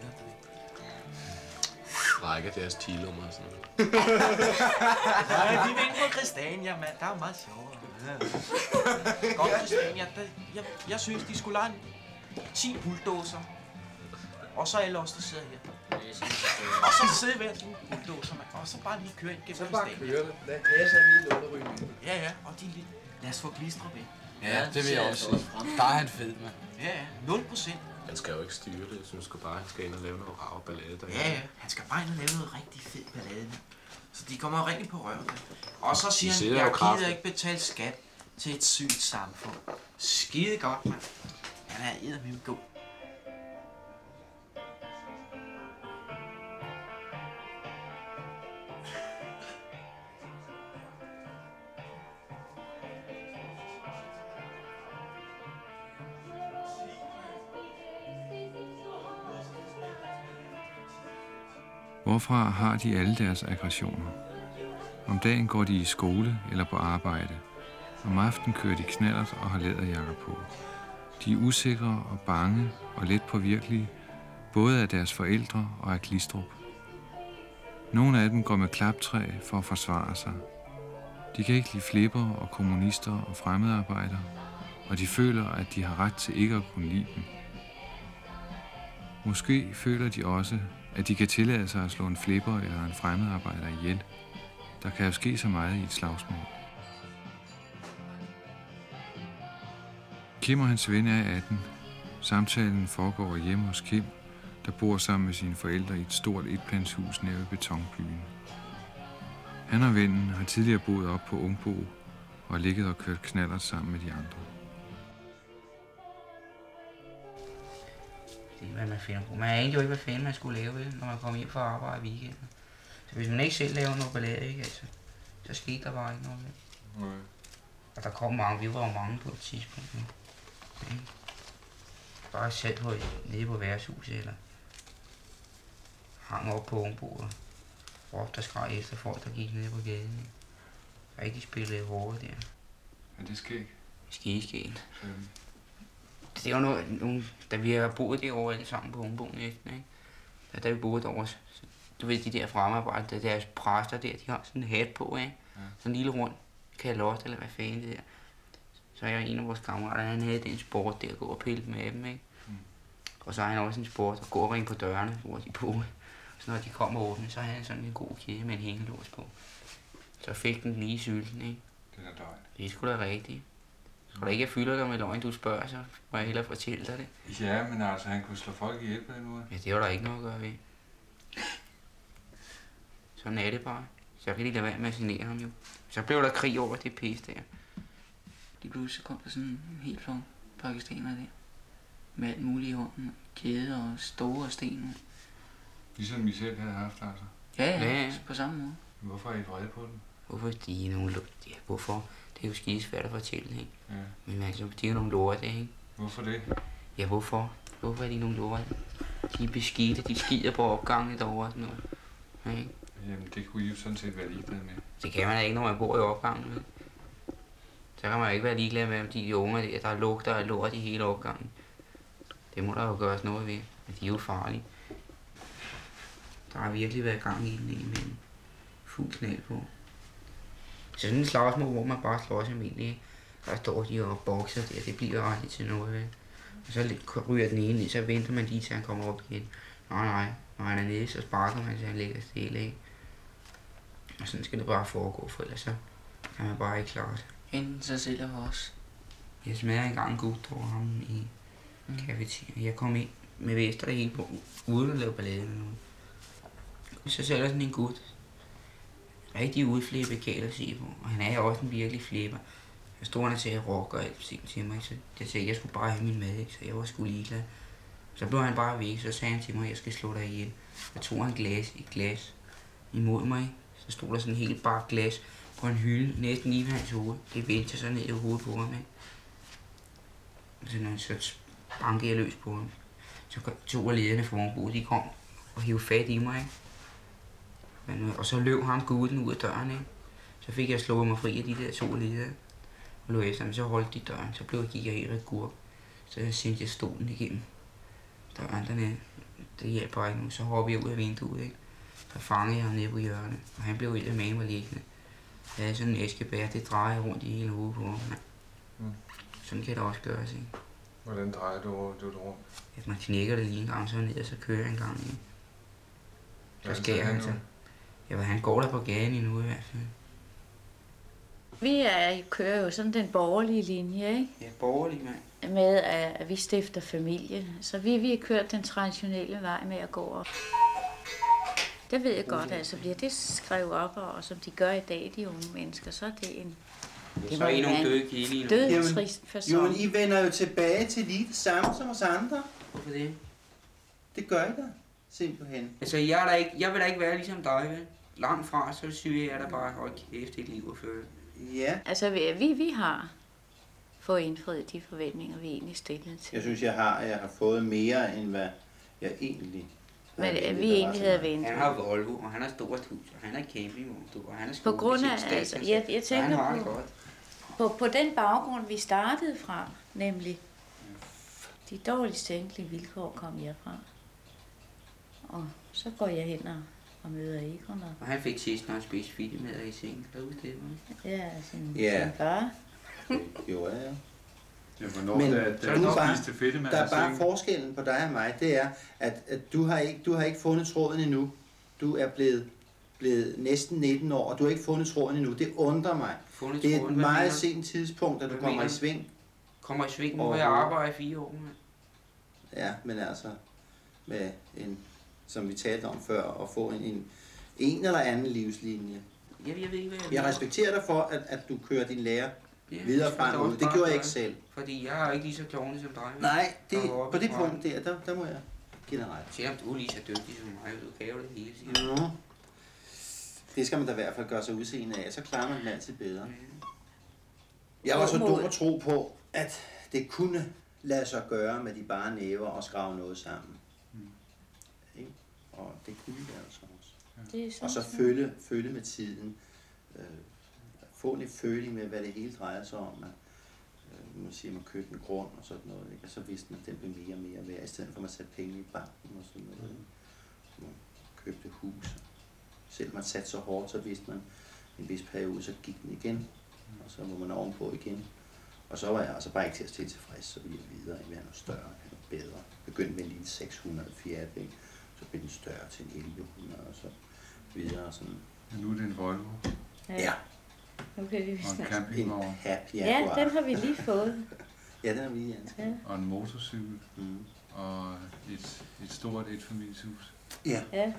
Rækker deres tilummer og sådan noget. Nej, vi vil ind på Christiania, mand. Der er jo meget sjovere. Godt Christiania. Der, jeg, jeg synes, de skulle lege ti bulldozer. Og så alle os, der sidder her. Og så sidder hver sin bulldozer, mand. Og så bare lige køre ind gennem Christiania. Så bare køre det. Lad passer lige noget, der ryger ind. Ja, ja. Og de lige... Lad os få Glistrup ind. Ja, det vil jeg også sige. Der er han fed, mand. Ja, ja. nul procent. Han skal jo ikke styre det. Jeg synes bare, han skal ind og lave noget rav og ballade der. Ja, ja. Han skal bare ind og lave noget rigtig fed ballade. Så de kommer rigtig på røven. Og så siger han, jeg gider ikke betale skat til et sygt samfund. Skide godt, mand. Han er eddermame god. Hvorfra har de alle deres aggressioner? Om dagen går de i skole eller på arbejde. Om aftenen kører de knallert og har læderjakker på. De er usikre og bange og let påvirkelige, både af deres forældre og af Glistrup. Nogle af dem går med klaptræ for at forsvare sig. De kan ikke lide flipper og kommunister og fremmedarbejdere, og de føler, at de har ret til ikke at kunne lide dem. Måske føler de også, at de kan tillade sig at slå en flipper eller en fremmedarbejder ihjel. Der kan jo ske så meget i et slagsmål. Kim og hans ven er atten. Samtalen foregår hjemme hos Kim, der bor sammen med sine forældre i et stort etplanshus nær ved Betonbyen. Han og vennen har tidligere boet op på Ungbo og ligget og kørt knallert sammen med de andre. Det er, hvad man finder på. Man anede jo ikke, hvad fanden man skulle lave, når man kom hjem fra arbejde i weekenden. Så hvis man ikke selv laver noget ballade, ikke, altså, så skete der bare ikke noget. Nej. Og der kom mange, vi var jo mange på et tidspunkt. Ja. Bare sat på nede på værtshuset, eller hang op på Ungbo og råbte og skreg efter folk, der gik ned på gaden. Rigtig spillede hårde der. Er det skægt? Skægt. Mm. Det var noget, da vi har boet derovre alle sammen på Ungbo næsten, ikke? Da, da vi boede derovre, du ved, de der fremmedarbejdere, deres præster der, de har sådan en hat på, ikke? Ja. Sådan en lille rund kalot, eller hvad fanden det der. Så er en af vores kammerater, han havde den sport der, at gå og pille med dem, ikke? Mm. Og så har han også en sport, at gå og ringe på dørene, hvor de boede. Så når de kom og åbnede, så havde han sådan en god kæde med en hængelås på. Så fik den lige sylten, ikke? Det er døjt. Det er sgu da rigtigt. Så da ikke jeg fylder dig med løgn, du spørger, så må jeg hellere fortælle dig det. Ja, men altså, han kunne slå folk ihjel på den måde. Ja, det var der ikke noget at gøre ved. Sådan er det bare. Så kan de lade være med at genere ham jo. Så blev der krig over det pis der. De pludselig kom der sådan en helt flok pakistanere der. Med alt muligt i hånden. Kæde og store sten. Ligesom vi selv havde haft, altså? Ja, ja, ja, på samme måde. Hvorfor er I vrede på dem? Hvorfor? De er nogle lort. Ja, hvorfor? Det er jo skide svært at fortælle, ikke? Ja. Men altså, de er jo nogle lorte, ikke? Hvorfor det? Ja, hvorfor? Hvorfor er de nogle lorte? De er beskidte, de skider på opgangen derovre og sådan noget. Ja, ikke? Jamen, det kunne I jo sådan set være ligeglade med. Det kan man da ikke, når man bor i opgangen, vel? Så kan man ikke være ligeglad med, om de unger der, der lugter af lort i hele opgangen. Det må der jo gøres noget ved, men de er jo farlige. Der har virkelig været gang i den imellem. Fuld knald på. Så sådan en slagsmål, hvor man bare slår sig almindeligt, ikke? Der står de og bokser der, det bliver aldrig til noget, vel? Og så ryger den ene ned, så venter man lige til han kommer op igen. Nej, nej, når han er nede, så sparker man, så han ligger stille, ikke? Og sådan skal det bare foregå, for ellers så kan man bare ikke klare sig. Enten så selv eller os. Jeg smager engang en gut over ham i mm. cafeteriet. Jeg kom ind med vester det hele på, uden at lave ballade med nogen. Så sælger sådan en gut. Rigtig udflippet kæl at se på, og han er jo også en virkelig flipper. Jeg stod han til at råkke og alt til mig, så jeg sagde, jeg skulle bare have min mad, ikke? Så jeg var sgu ligeglad. Så blev han bare væk, så sagde han til mig, at jeg skal slå dig ihjel. Så tog han glas, et glas imod mig, så stod der sådan en helt bare glas på en hylde, næsten lige ved hans hoved. Det vendte sig ned i hovedet på ham, ikke? Så, når, så bankede jeg løs på ham. Så to af lederne fra Ungbo, de kom og hævde fat i mig, ikke? Men, og så løb ham guden ud af døren, ikke? Så fik jeg slået mig fri af de der to ledere. Og lå efter ham, så holdt de døren, så blev jeg gik jeg helt regur. Så jeg sendte jeg stolen igennem døren dernede. Det hjalp bare ikke nu. Så hoppede jeg ud af vinduet, ikke? Så fangede jeg ham nede på hjørnet, og han blev helt af med mig liggende. Jeg havde sådan en æskebær, det drejer rundt i hele hovedet på ham. Mm. Sådan kan det også gøres, ikke? Hvordan drejer du det rundt? Hvis man knækker det lige en gang, så ned, og så kører jeg en gang, ikke? Så skærer han så. Ja, han går der på gaden endnu i hvert fald. Vi er, kører jo sådan den borgerlige linje, ikke? Ja, borgerlig mand. Med at vi stifter familie. Så vi, vi har kørt den traditionelle vej med at gå op. Det ved jeg godt, altså bliver det skrevet op, og som de gør i dag, de unge mennesker, så er det en... Det så er I nogle døde kælige nu. Døde trist person. Jo, men I vender jo tilbage til lige det samme som os andre. Hvorfor det? Det gør I da, simpelthen. Altså, jeg, er der ikke, jeg vil da ikke være ligesom dig, vel? Langt fra, så synes jeg, at der bare holdt kæft et liv at føre. Ja. Altså, vi, vi har fået indfriet de forventninger, vi egentlig stillede til. Jeg synes, jeg har, jeg har fået mere, end hvad jeg egentlig... Men at vi egentlig havde ventet. Han har Volvo, og han har stort hus, og han har campingvogn, og han har på grund af, altså, jeg, jeg tænker på, på, på den baggrund, vi startede fra, nemlig de dårligst tænkelige vilkår kom jeg fra. Og så går jeg hen og og møder Egon. Og han fik sidst, når han spiste fedtemad i sengen. Kan du huske det? Ja, sin, Ja. sin far. Jo, ja, ja. Ja, hvornår Men da, da du du bare, spiste fedtemad der i er bare sengen? forskellen på dig og mig, det er, at, at du, har ikke, du har ikke fundet tråden endnu. Du er blevet, blevet næsten nitten år, og du har ikke fundet tråden endnu. Det undrer mig. Fundet det er tråden, et hvad meget mener du? sent tidspunkt, at du Hvad kommer mener i du? sving. Kommer i sving, nu har jeg arbejdet i fire år. Man. Ja, men altså, med en, som vi talte om før, at få en, en, en eller anden livslinje. Jeg, jeg ved ikke, hvad jeg Jeg vil. respekterer dig for, at, at du kører din lærer Ja, videre det skal frem du ud. også Det bare gjorde jeg gøre. ikke selv. Fordi jeg er ikke lige så klovne som dig. Nej, det, Der var oppe på det fra. punkt der, der, der må jeg give dig ret. Selvom du er lige så dygtig som mig, du kan jo det hele, siger Nå. Det skal man da i hvert fald gøre sig udseende af, så klarer man den altid bedre. Jeg var så dum at tro på, at det kunne lade sig gøre med de bare næver og skrave noget sammen. Ikke? Og det kunne det altså også. Det er Og så sådan. følge, følge med tiden. Øh, få lidt føling med, hvad det hele drejer sig om. Øh, man siger, man købte en grund og sådan noget, ikke? Og så vidste man, at den blev mere og mere værd, i stedet for at man satte penge i banken og sådan noget. Ikke? Så man købte hus. Selvom man satte så hårdt, så vidste man en vis periode, så gik den igen. Og så var man ovenpå igen. Og så var jeg altså bare ikke til at stille tilfreds, så ville jeg videre, jeg have noget større, have noget bedre. Begyndte med en lille seks hundrede Fiat, ikke? Så blev den større til en elleve hundrede, og så videre sådan. Ja, nu er det en Volvo. Ja. Nu kan vi Og en snakke. campingvogn. En Happy Ja, Jaguar. den har vi lige fået. Ja, den har vi lige ansat. Ja. Og en motorcykel. Mm. Og et, et stort etfamilieshus. Ja. Ja.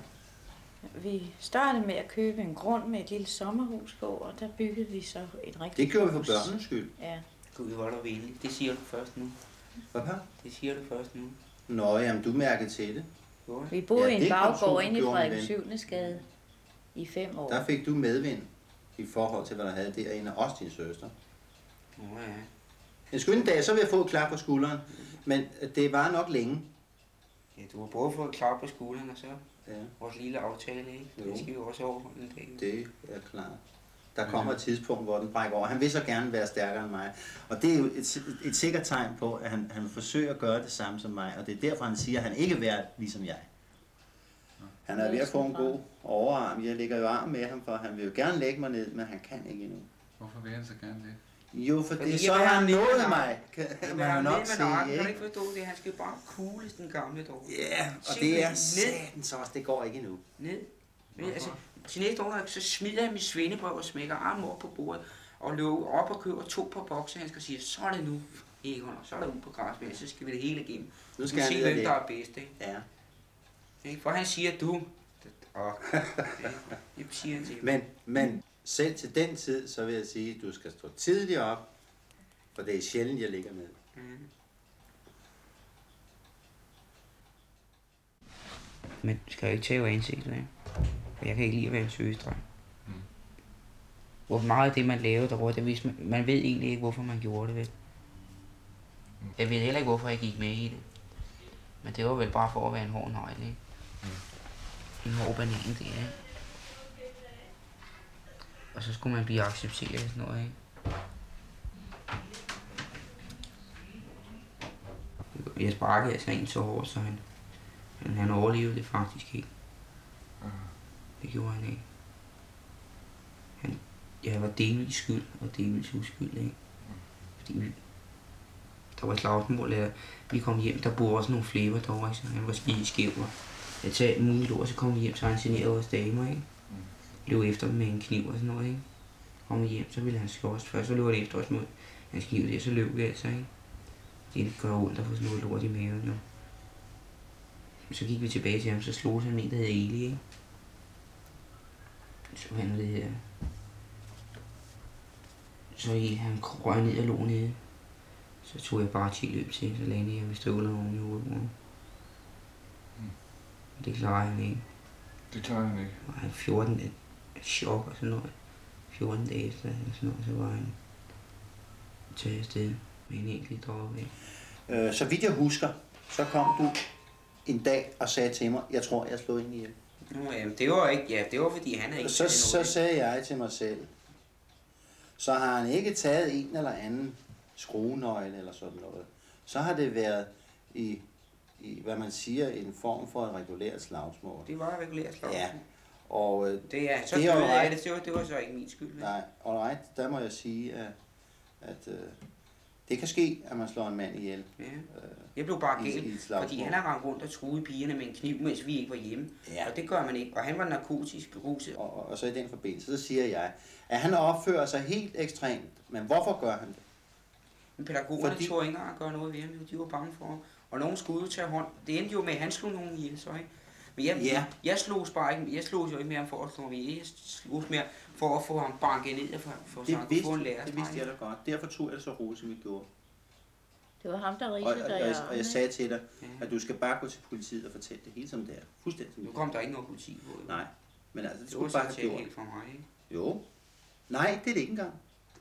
Vi startede med at købe en grund med et lille sommerhus på, og der byggede vi så et rigtigt Det gjorde vi for hus. børnenes skyld. Ja. Gud, hvor er du venlig. Det siger du først nu. Hvad her? Det siger du først nu. Nå, jamen du mærkede til det. Vi boede Ja, i en det kom baggård super inde i gjorde Frederik vi syvende Gade i fem år. Der fik du medvind i forhold til, hvad der havde derinde, og også din søster. Nå ja. En skønne dag, så vil jeg få et klap på skulderen, men det var nok længe. Ja, du har både fået klar på skulderen og så Ja. vores lille aftale, ikke? Jo. Det skal vi også overholde en dag. Det er klart. Der kommer et tidspunkt, hvor den brækker over. Han vil så gerne være stærkere end mig. Og det er jo et, et sikkert tegn på, at han, han forsøger at gøre det samme som mig. Og det er derfor, han siger, at han ikke er værd ligesom jeg. Han er ved at få en god overarm. Jeg lægger jo arm med ham, for han vil jo gerne lægge mig ned, men han kan ikke endnu. Hvorfor vil han så gerne det? Jo, for Fordi det, jeg så vil har have han ham nået med mig. Kan Jeg man jo nok se, Kan du ikke? ikke forstå det? Han skal jo bare kules den gamle dog. Ja, og det er satans også. Det går ikke endnu. Ned. Men, altså, til næste år, så smider jeg mit svendebrev og smækker armen op på bordet og løber op og køber to par boksehandsker og siger, så er det nu, Egon, og så er der ude på græsbanen, så skal vi det hele igennem. Nu skal vi han se, ned og hvem lægge. der er bedst, ikke? Ja. Ikke? For han siger, du. Og, ja, det siger han til mig. Men, men selv til den tid, så vil jeg sige, at du skal stå tidligt op, for det er sjældent, jeg ligger med. Mm. Men du skal jo ikke tage ansigtet af. For jeg kan ikke lide at være en søgestreng. Mm. Hvor meget af det, man lavede derovre, det vidste man, man ved egentlig ikke, hvorfor man gjorde det, vel? Mm. Jeg ved heller ikke, hvorfor jeg gik med i det. Men det var vel bare for at være en hård negl, ikke? Mm. En hård banan, det er, ikke? Og så skulle man blive accepteret og sådan noget, ikke? Jeg sparkede altså en så hårdt, så han, han, han overlevede det faktisk ikke. Det gjorde han ikke. Han, jeg var delvis skyld og delvis uskyld, ikke? Fordi vi, der var slagsmål, der vi kom hjem, der boede også nogle flæber derovre, ikke? Så han var skide skæv. Jeg talte muligt ord, så kom vi hjem, så han generede vores damer, ikke? Løb efter dem med en kniv og sådan noget, ikke? Kom vi hjem, så ville han slås. Først så løb han efter os mod hans kniv der, så løb vi altså, ikke? Det gør ondt at få sådan noget lort i maven, jo. Så gik vi tilbage til ham, så slog han en, der hed Eli, ikke? Så han det her. Så i, han røg ned og lå nede. Så tog jeg bare ti løb til, så landede jeg med støvlerne oven i hovedet. Mm. Det klarer han ikke. Det klarer han ikke. Og han fjorten et chok og sådan noget. fjorten dage efter, eller sådan noget, så var han taget afsted med en enkelt droppe, ikke? Øh, så vidt jeg husker, så kom du en dag og sagde til mig, jeg tror, jeg slog ind ihjel. Nå, jamen, det var ikke, ja, det var fordi han er ikke... Så, så sagde jeg til mig selv, så har han ikke taget en eller anden skruenøgle eller sådan noget. Så har det været i, i hvad man siger, en form for et regulært slagsmål. Det var et regulært slagsmål. Ja, Og øh, Det er, så det døde alright. jeg det, det var, det var så ikke min skyld. Nej, alright, der må jeg sige, at, at øh, det kan ske, at man slår en mand ihjel. Ja. Øh, Jeg blev bare i- i gal, et slagsmål. fordi han har rendt rundt og truet pigerne med en kniv, mens vi ikke var hjemme. Ja. Og det gør man ikke. Og han var narkotisk beruset. Og, og, og så i den forbindelse, så siger jeg, at han opfører sig helt ekstremt. Men hvorfor gør han det? Men pædagogerne Fordi- tog ikke engang at gøre noget ved ham. De var bange for ham. Og nogen skulle jo tage hånd. Det endte jo med, at han slog nogen ihjel, så ikke? Men jeg, Ja. jeg slog bare ikke, jeg slog jo ikke med ham for at slå ham ihjel. Jeg slog mere for at få ham banket ned og for, for så Det han kunne vidste, få en det lærestreg. vidste jeg da godt. Derfor tog jeg det så roligt, som jeg gjorde. Det var ham, der Og, og, ridsede og, dig i jeg, og armen, jeg sagde til dig, at du skal bare gå til politiet og fortælle det hele som det er. Fuldstændig. Nu kom der ikke noget politi på. Jo. Nej, men altså, det Det skulle var du bare så have gjort. helt for mig, ikke? Jo. Nej, det er det ikke engang.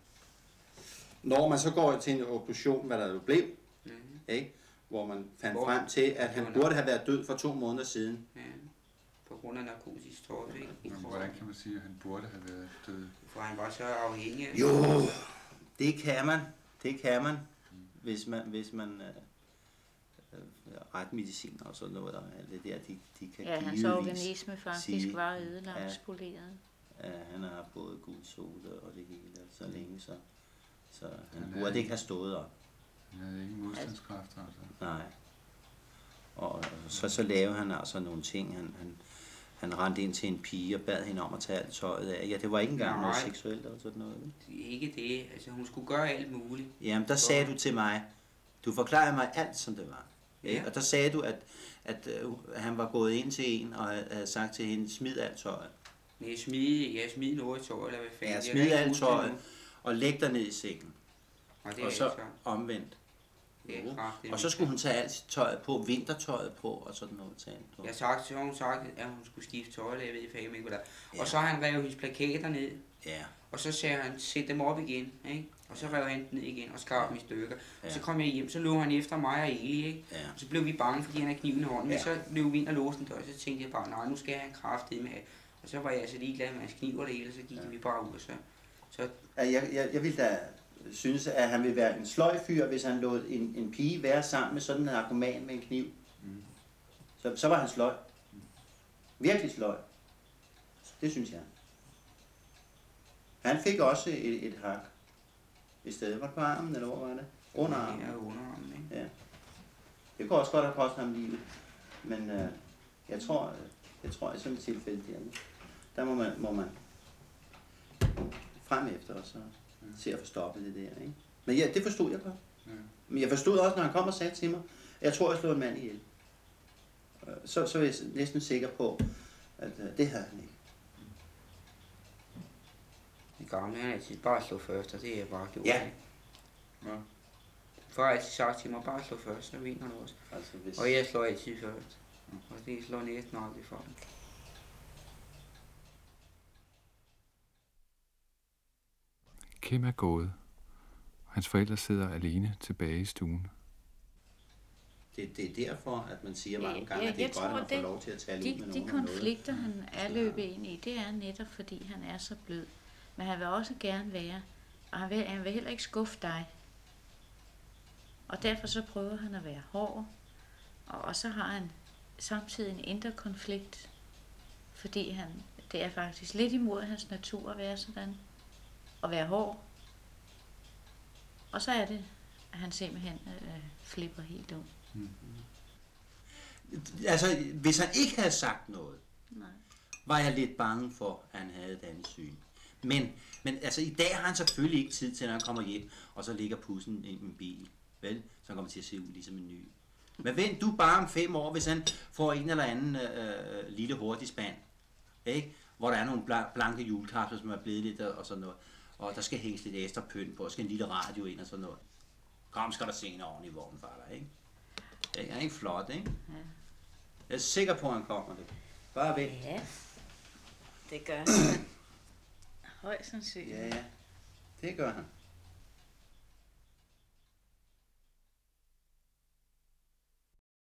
Når man så går til en operation, hvad der jo blev, Mhm. ikke? Hvor man fandt Hvor- frem til, at han det var burde have været død for to måneder siden. Ja. På grund af narkotisk stof, ikke? Men hvordan kan man sige, at han burde have været død? For han var så afhængig af... Jo, det kan man. Det kan man, hvis man, hvis man øh, øh, retmediciner og sådan noget, og alt det der, de, de kan Ja, hans givetvis organisme faktisk sige, var ødelagt, at- spoleret. at han har både guldsode og det hele, så længe, så, så han Han er burde ikke- ikke have stået der. Han havde ingen modstandskraft, altså. Nej. Og, og så, så lavede han altså nogle ting. Han, han, han rendte ind til en pige og bad hende om at tage alt tøjet af. Ja, det var ikke engang noget Nej. seksuelt eller sådan noget. vel? Ikke det. Altså, hun skulle gøre alt muligt. Jamen, der sagde du til mig, du forklarede mig alt, som det var. Ikke? Ja. Og der sagde du, at, at øh, han var gået ind til en og havde havde sagt til hende, smid alt tøjet. Men jeg smid, jeg smid noget i tøj, eller hvad fanden. Ja, Jeg kan smid ikke alt huske det tøjet nu. og læg dig ned i sengen. Og, det er Og så ikke så. omvendt. Det er klart, det er Og så mit- skulle hun tage alt tøjet på, vintertøjet på og sådan noget. Tage på. Jeg har sagt, så har hun sagt, at hun skulle skifte tøj, eller jeg ved fandme ikke, hvad der er. Og så har han revet hendes plakater ned. Ja. Og så sagde han, sæt dem op igen, ikke? Og så rev han dem ned igen og skar dem i stykker. Og så kom jeg hjem, så lå han efter mig og Eli, ikke? Ja. Og så blev vi bange, fordi han havde kniven i hånden. Men Ja. så løb vi ind og låste den dør, så tænkte jeg bare, nej, nu skal jeg have en kraft med. Og så var jeg altså ligeglad med hans kniv og det hele, så gik ja. vi bare ud, og så... så Ja, jeg, jeg, jeg vil da synes, at han vil være en sløj fyr, hvis han lod en, en pige være sammen med sådan en narkoman med en kniv. Mm. Så, så var han sløj. Virkelig sløj. Det synes jeg. Han fik også et, et hak. I stedet var det på armen, eller hvor var det? Under armen. Ja, under armen, ikke? Ja. Det kunne også godt have kostet ham livet. Men øh, jeg tror, øh, jeg tror i sådan et tilfælde der, der må man, må man frem efter og så se at få stoppet det der, ikke? Men ja, det forstod jeg godt. Ja. Men jeg forstod også, når han kom og sagde til mig, at jeg tror, jeg slog en mand ihjel. Øh, Så, så er jeg næsten sikker på, at øh, det havde han ikke. Den gamle, han har altid bare slå først, og det er jeg bare gjort. Ja. ikke? Ja. Far har altid sagt til mig, bare slå først, så vinder du også. Altså, hvis... Og jeg slår altid først. Og det slår næsten aldrig for dem. Kim er gået. Hans forældre sidder alene tilbage i stuen. Det, det er derfor, at man siger mange Ja, gange, at det er jeg godt, at tror, man får det- lov til at tale de, ud med de nogen om noget. konflikter, han er løbet ind i, det er netop fordi, han er så blød. Men han vil også gerne være, og han vil, han vil heller ikke skuffe dig. Og derfor så prøver han at være hård, og, og så har han samtidig en indre konflikt, fordi han, det er faktisk lidt imod hans natur at være sådan, at være hård. Og så er det, at han simpelthen øh, flipper helt ud. Mm. Altså, hvis han ikke havde sagt noget, Nej. var jeg lidt bange for, at han havde et andet syn. Men, men altså, i dag har han selvfølgelig ikke tid til, når han kommer hjem, og så ligger pussen i en bil. Vel? Så han kommer til at se ud ligesom en ny. Men vent du bare om fem år, hvis han får en eller anden øh, lille hurtig spand, ikke? Hvor der er nogle bla- blanke julekapsler, som er blevet lidt og sådan noget. Og der skal hænges lidt ekstra pynt på, og skal en lille radio ind og sådan noget. Kom, skal der se en ordentlig vogn for dig, ikke? Det er ikke flot, ikke? Ja. Jeg er sikker på, at han kommer det. Bare vent. Ja, det gør han. Højst sandsynligt. Ja, ja. Det gør han.